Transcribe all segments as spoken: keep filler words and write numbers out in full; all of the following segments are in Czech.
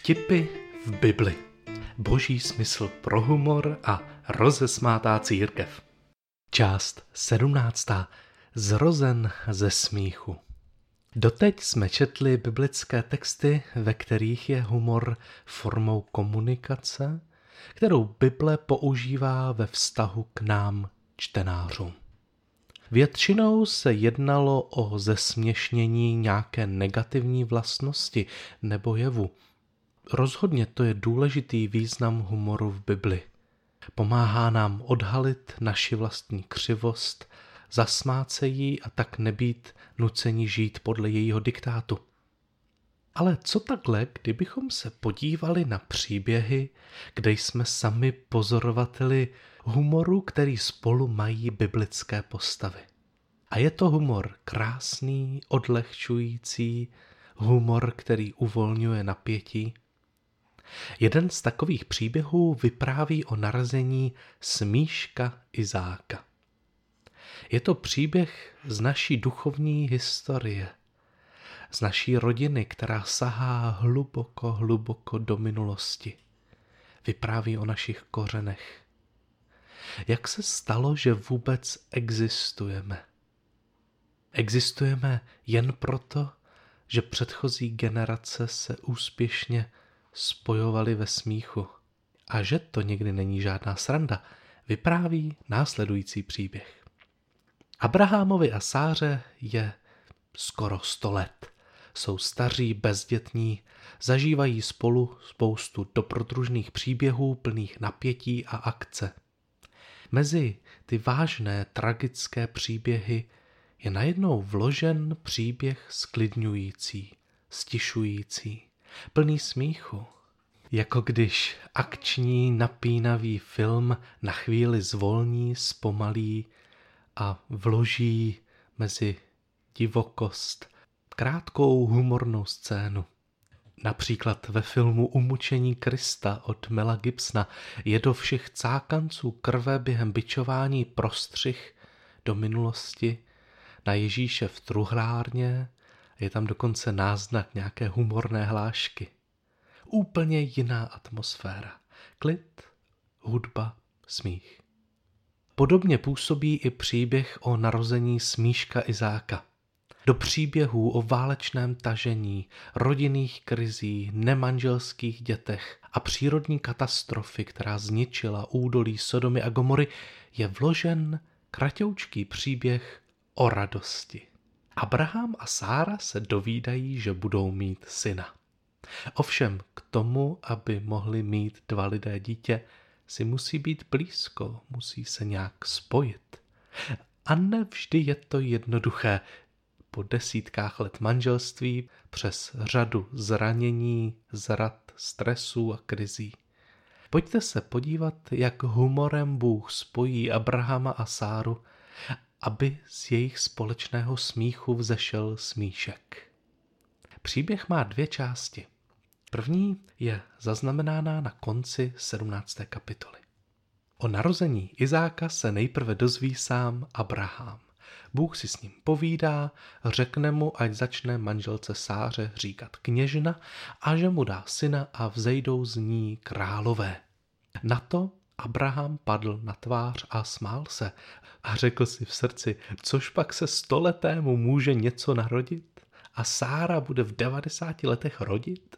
Vtipy v Bibli. Boží smysl pro humor a rozesmátá církev. Část sedmnáctá. Zrozen ze smíchu. Doteď jsme četli biblické texty, ve kterých je humor formou komunikace, kterou Bible používá ve vztahu k nám, čtenářům. Většinou se jednalo o zesměšnění nějaké negativní vlastnosti nebo jevu. Rozhodně to je důležitý význam humoru v Bibli. Pomáhá nám odhalit naši vlastní křivost, zasmát se jí a tak nebýt nuceni žít podle jejího diktátu. Ale co takhle, kdybychom se podívali na příběhy, kde jsme sami pozorovateli humoru, který spolu mají biblické postavy. A je to humor krásný, odlehčující, humor, který uvolňuje napětí. Jeden z takových příběhů vypráví o narození smíška Izáka. Je to příběh z naší duchovní historie, z naší rodiny, která sahá hluboko, hluboko do minulosti. Vypráví o našich kořenech. Jak se stalo, že vůbec existujeme? Existujeme jen proto, že předchozí generace se úspěšně spojovaly ve smíchu. A že to někdy není žádná sranda, vypráví následující příběh. Abrahamovi a Sáře je skoro sto let. Jsou staří, bezdětní, zažívají spolu spoustu dobrodružných příběhů plných napětí a akce. Mezi ty vážné, tragické příběhy je najednou vložen příběh sklidňující, stišující, plný smíchu. Jako když akční, napínavý film na chvíli zvolní, zpomalí a vloží mezi divokost krátkou humornou scénu. Například ve filmu Umučení Krista od Mela Gibsona je do všech cákanců krve během bičování prostřih do minulosti na Ježíše v truhlárně, je tam dokonce náznak nějaké humorné hlášky. Úplně jiná atmosféra. Klid, hudba, smích. Podobně působí i příběh o narození smíška Izáka. Do příběhů o válečném tažení, rodinných krizí, nemanželských dětech a přírodní katastrofy, která zničila údolí Sodomy a Gomory, je vložen kratoučký příběh o radosti. Abraham a Sára se dovídají, že budou mít syna. Ovšem k tomu, aby mohli mít dva lidé dítě, si musí být blízko, musí se nějak spojit. A nevždy je to jednoduché. Po desítkách let manželství, přes řadu zranění, zrad, stresů a krizí. Pojďte se podívat, jak humorem Bůh spojí Abrahama a Sáru, aby z jejich společného smíchu vzešel smíšek. Příběh má dvě části. První je zaznamenána na konci sedmnácté kapitoly. O narození Izáka se nejprve dozví sám Abraham. Bůh si s ním povídá, řekne mu, ať začne manželce Sáře říkat kněžna a že mu dá syna a vzejdou z ní králové. Na to Abraham padl na tvář a smál se a řekl si v srdci, což pak se stoletému může něco narodit a Sára bude v devadesáti letech rodit?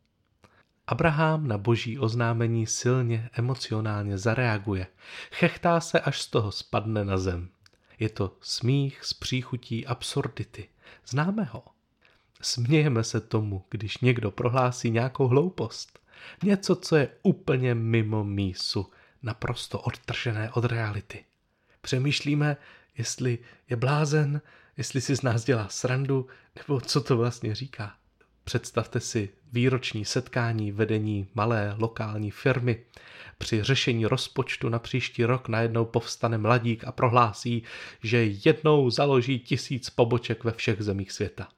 Abraham na boží oznámení silně emocionálně zareaguje. Chechtá se, až z toho spadne na zem. Je to smích z příchutí absurdity. Známe ho. Smějeme se tomu, když někdo prohlásí nějakou hloupost. Něco, co je úplně mimo mísu, naprosto odtržené od reality. Přemýšlíme, jestli je blázen, jestli si z nás dělá srandu, nebo co to vlastně říká. Představte si výroční setkání vedení malé lokální firmy. Při řešení rozpočtu na příští rok najednou povstane mladík a prohlásí, že jednou založí tisíc poboček ve všech zemích světa.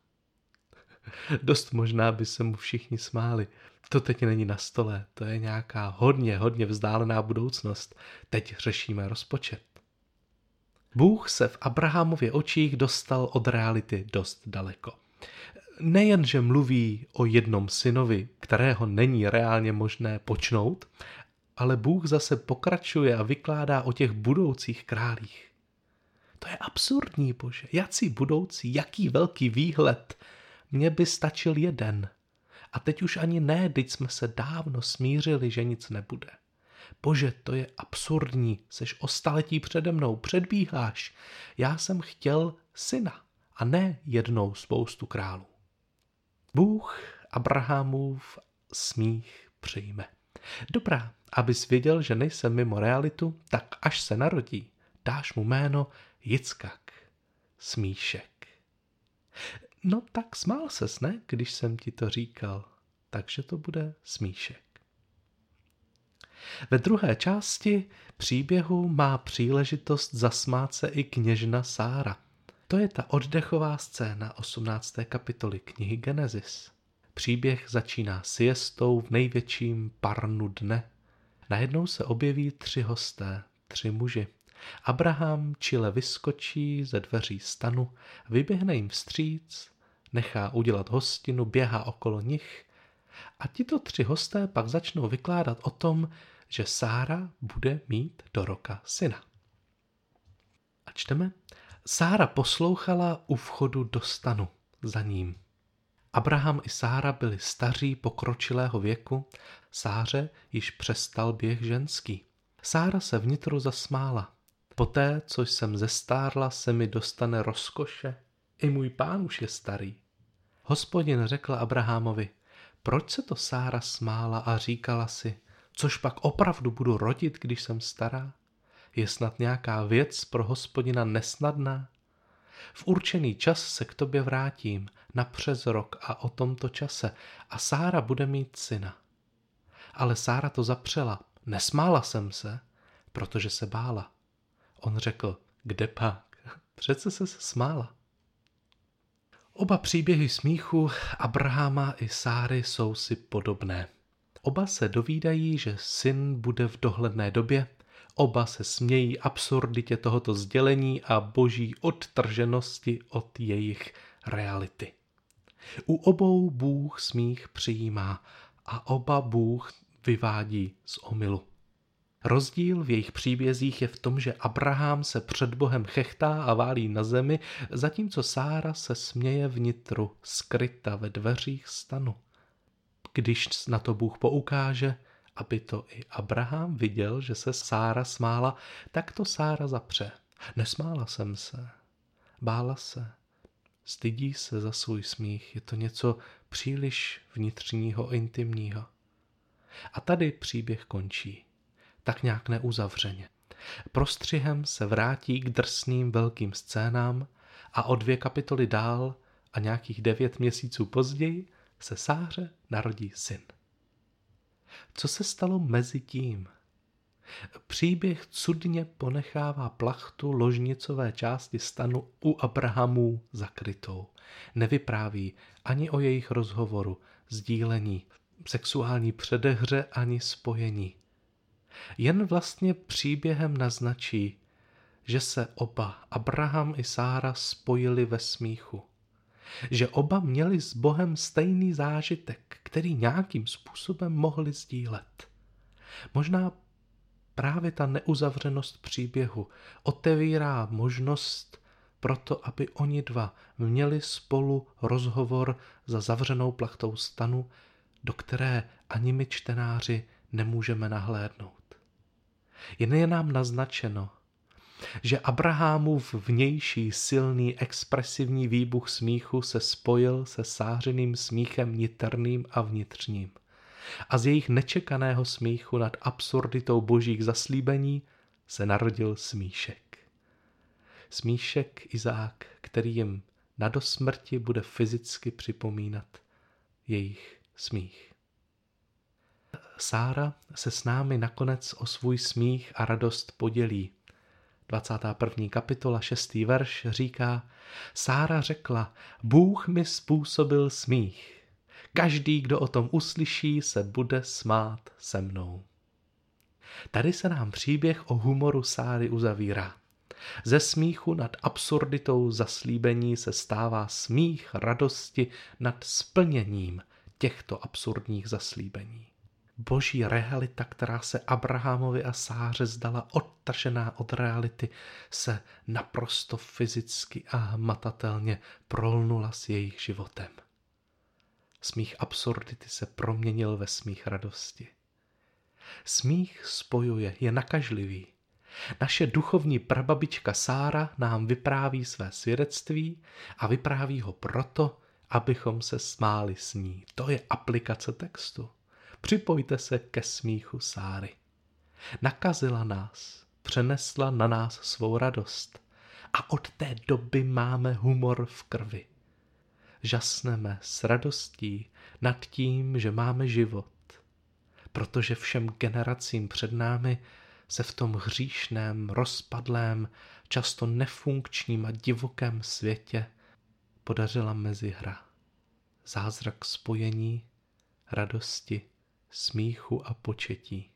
Dost možná by se mu všichni smáli. To teď není na stole, to je nějaká hodně, hodně vzdálená budoucnost. Teď řešíme rozpočet. Bůh se v Abrahamově očích dostal od reality dost daleko. nejenže mluví o jednom synovi, kterého není reálně možné počnout, ale Bůh zase pokračuje a vykládá o těch budoucích králích. To je absurdní, Bože. Jací budoucí, jaký velký výhled. Mně by stačil jeden. A teď už ani ne, teď jsme se dávno smířili, že nic nebude. Bože, to je absurdní, seš o staletí přede mnou, předbíháš. Já jsem chtěl syna a ne jednou spoustu králů. Bůh Abrahamův smích přijme. Dobrá, abys věděl, že nejsem mimo realitu, tak až se narodí, dáš mu jméno Jickak, smíšek. No tak smál ses, ne, když jsem ti to říkal, takže to bude smíšek. Ve druhé části příběhu má příležitost zasmát se i kněžna Sára. To je ta oddechová scéna osmnácté kapitoly knihy Genesis. Příběh začíná siestou v největším parnu dne. Najednou se objeví tři hosté, tři muži. Abraham čile vyskočí ze dveří stanu, vyběhne jim vstříc, nechá udělat hostinu, běhá okolo nich a tito tři hosté pak začnou vykládat o tom, že Sára bude mít do roka syna. A čteme, Sára poslouchala u vchodu do stanu za ním. Abraham i Sára byli staří pokročilého věku, Sáře již přestal běh ženský. Sára se vnitru zasmála. Poté, co jsem zestárla, se mi dostane rozkoše. I můj pán už je starý. Hospodin řekl Abrahamovi, proč se to Sára smála a říkala si, což pak opravdu budu rodit, když jsem stará? Je snad nějaká věc pro Hospodina nesnadná? V určený čas se k tobě vrátím, napřes rok a o tomto čase, a Sára bude mít syna. Ale Sára to zapřela, nesmála jsem se, protože se bála. On řekl, kde pak? Přece se smála. Oba příběhy smíchu Abrahama i Sáry jsou si podobné. Oba se dovídají, že syn bude v dohledné době, oba se smějí absurditě tohoto sdělení a boží odtrženosti od jejich reality. U obou Bůh smích přijímá a oba Bůh vyvádí z omylu. Rozdíl v jejich příbězích je v tom, že Abraham se před Bohem chechtá a válí na zemi, zatímco Sára se směje vnitru, skryta ve dveřích stanu. Když na to Bůh poukáže, aby to i Abraham viděl, že se Sára smála, tak to Sára zapře. Nesmála jsem se, bála se, stydí se za svůj smích, je to něco příliš vnitřního, intimního. A tady příběh končí. Tak nějak neuzavřeně. Prostřihem se vrátí k drsným velkým scénám a o dvě kapitoly dál a nějakých devět měsíců později se Sáře narodí syn. Co se stalo mezi tím? Příběh cudně ponechává plachtu ložnicové části stanu u Abrahamů zakrytou. Nevypráví ani o jejich rozhovoru, sdílení, sexuální předehře ani spojení. Jen vlastně příběhem naznačí, že se oba, Abraham i Sára, spojili ve smíchu. Že oba měli s Bohem stejný zážitek, který nějakým způsobem mohli sdílet. Možná právě ta neuzavřenost příběhu otevírá možnost pro to, aby oni dva měli spolu rozhovor za zavřenou plachtou stanu, do které ani my čtenáři nemůžeme nahlédnout. Jen je nám naznačeno, že Abrahamův vnější, silný, expresivní výbuch smíchu se spojil se Sářiným smíchem niterným a vnitřním. A z jejich nečekaného smíchu nad absurditou božích zaslíbení se narodil smíšek. Smíšek Izák, který jim na dosmrti bude fyzicky připomínat jejich smích. Sára se s námi nakonec o svůj smích a radost podělí. dvacátá první kapitola, šestý verš říká, Sára řekla, Bůh mi způsobil smích. Každý, kdo o tom uslyší, se bude smát se mnou. Tady se nám příběh o humoru Sáry uzavírá. Ze smíchu nad absurditou zaslíbení se stává smích radosti nad splněním těchto absurdních zaslíbení. Boží realita, která se Abrahamovi a Sáře zdala odtržená od reality, se naprosto fyzicky a hmatatelně prolnula s jejich životem. Smích absurdity se proměnil ve smích radosti. Smích spojuje, je nakažlivý. Naše duchovní prababička Sára nám vypráví své svědectví a vypráví ho proto, abychom se smáli s ní. To je aplikace textu. Připojte se ke smíchu Sáry. Nakazila nás, přenesla na nás svou radost a od té doby máme humor v krvi. Žasneme s radostí nad tím, že máme život, protože všem generacím před námi se v tom hříšném, rozpadlém, často nefunkčním a divokém světě podařila mezihra. Zázrak spojení, radosti, smíchu a početí.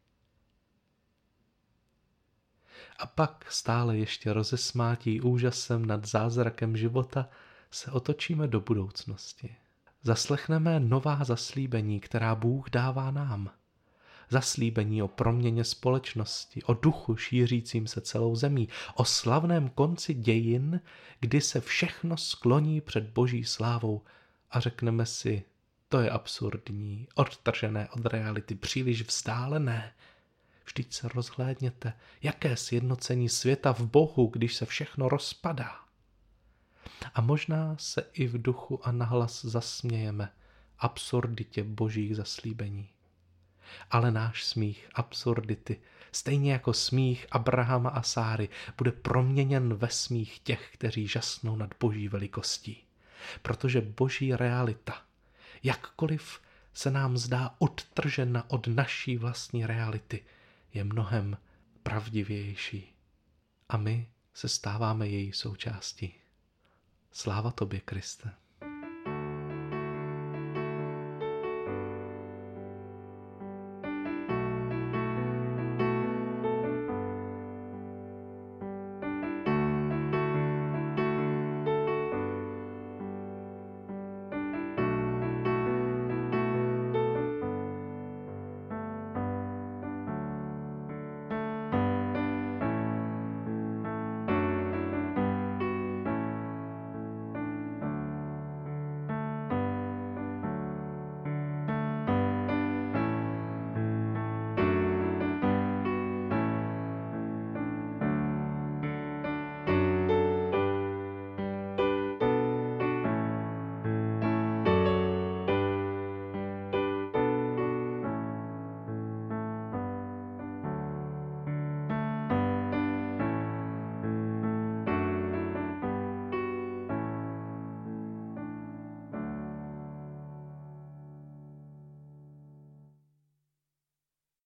A pak stále ještě rozesmátí úžasem nad zázrakem života se otočíme do budoucnosti. Zaslechneme nová zaslíbení, která Bůh dává nám. Zaslíbení o proměně společnosti, o duchu šířícím se celou zemí, o slavném konci dějin, kdy se všechno skloní před Boží slávou a řekneme si, to je absurdní, odtržené od reality, příliš vzdálené. Vždyť se rozhlédněte, jaké sjednocení světa v Bohu, když se všechno rozpadá. A možná se i v duchu a nahlas zasmějeme absurditě Božích zaslíbení. Ale náš smích absurdity, stejně jako smích Abrahama a Sáry, bude proměněn ve smích těch, kteří žasnou nad Boží velikostí. Protože Boží realita, jakkoliv se nám zdá odtržena od naší vlastní reality, je mnohem pravdivější. A my se stáváme její součástí. Sláva tobě, Kriste.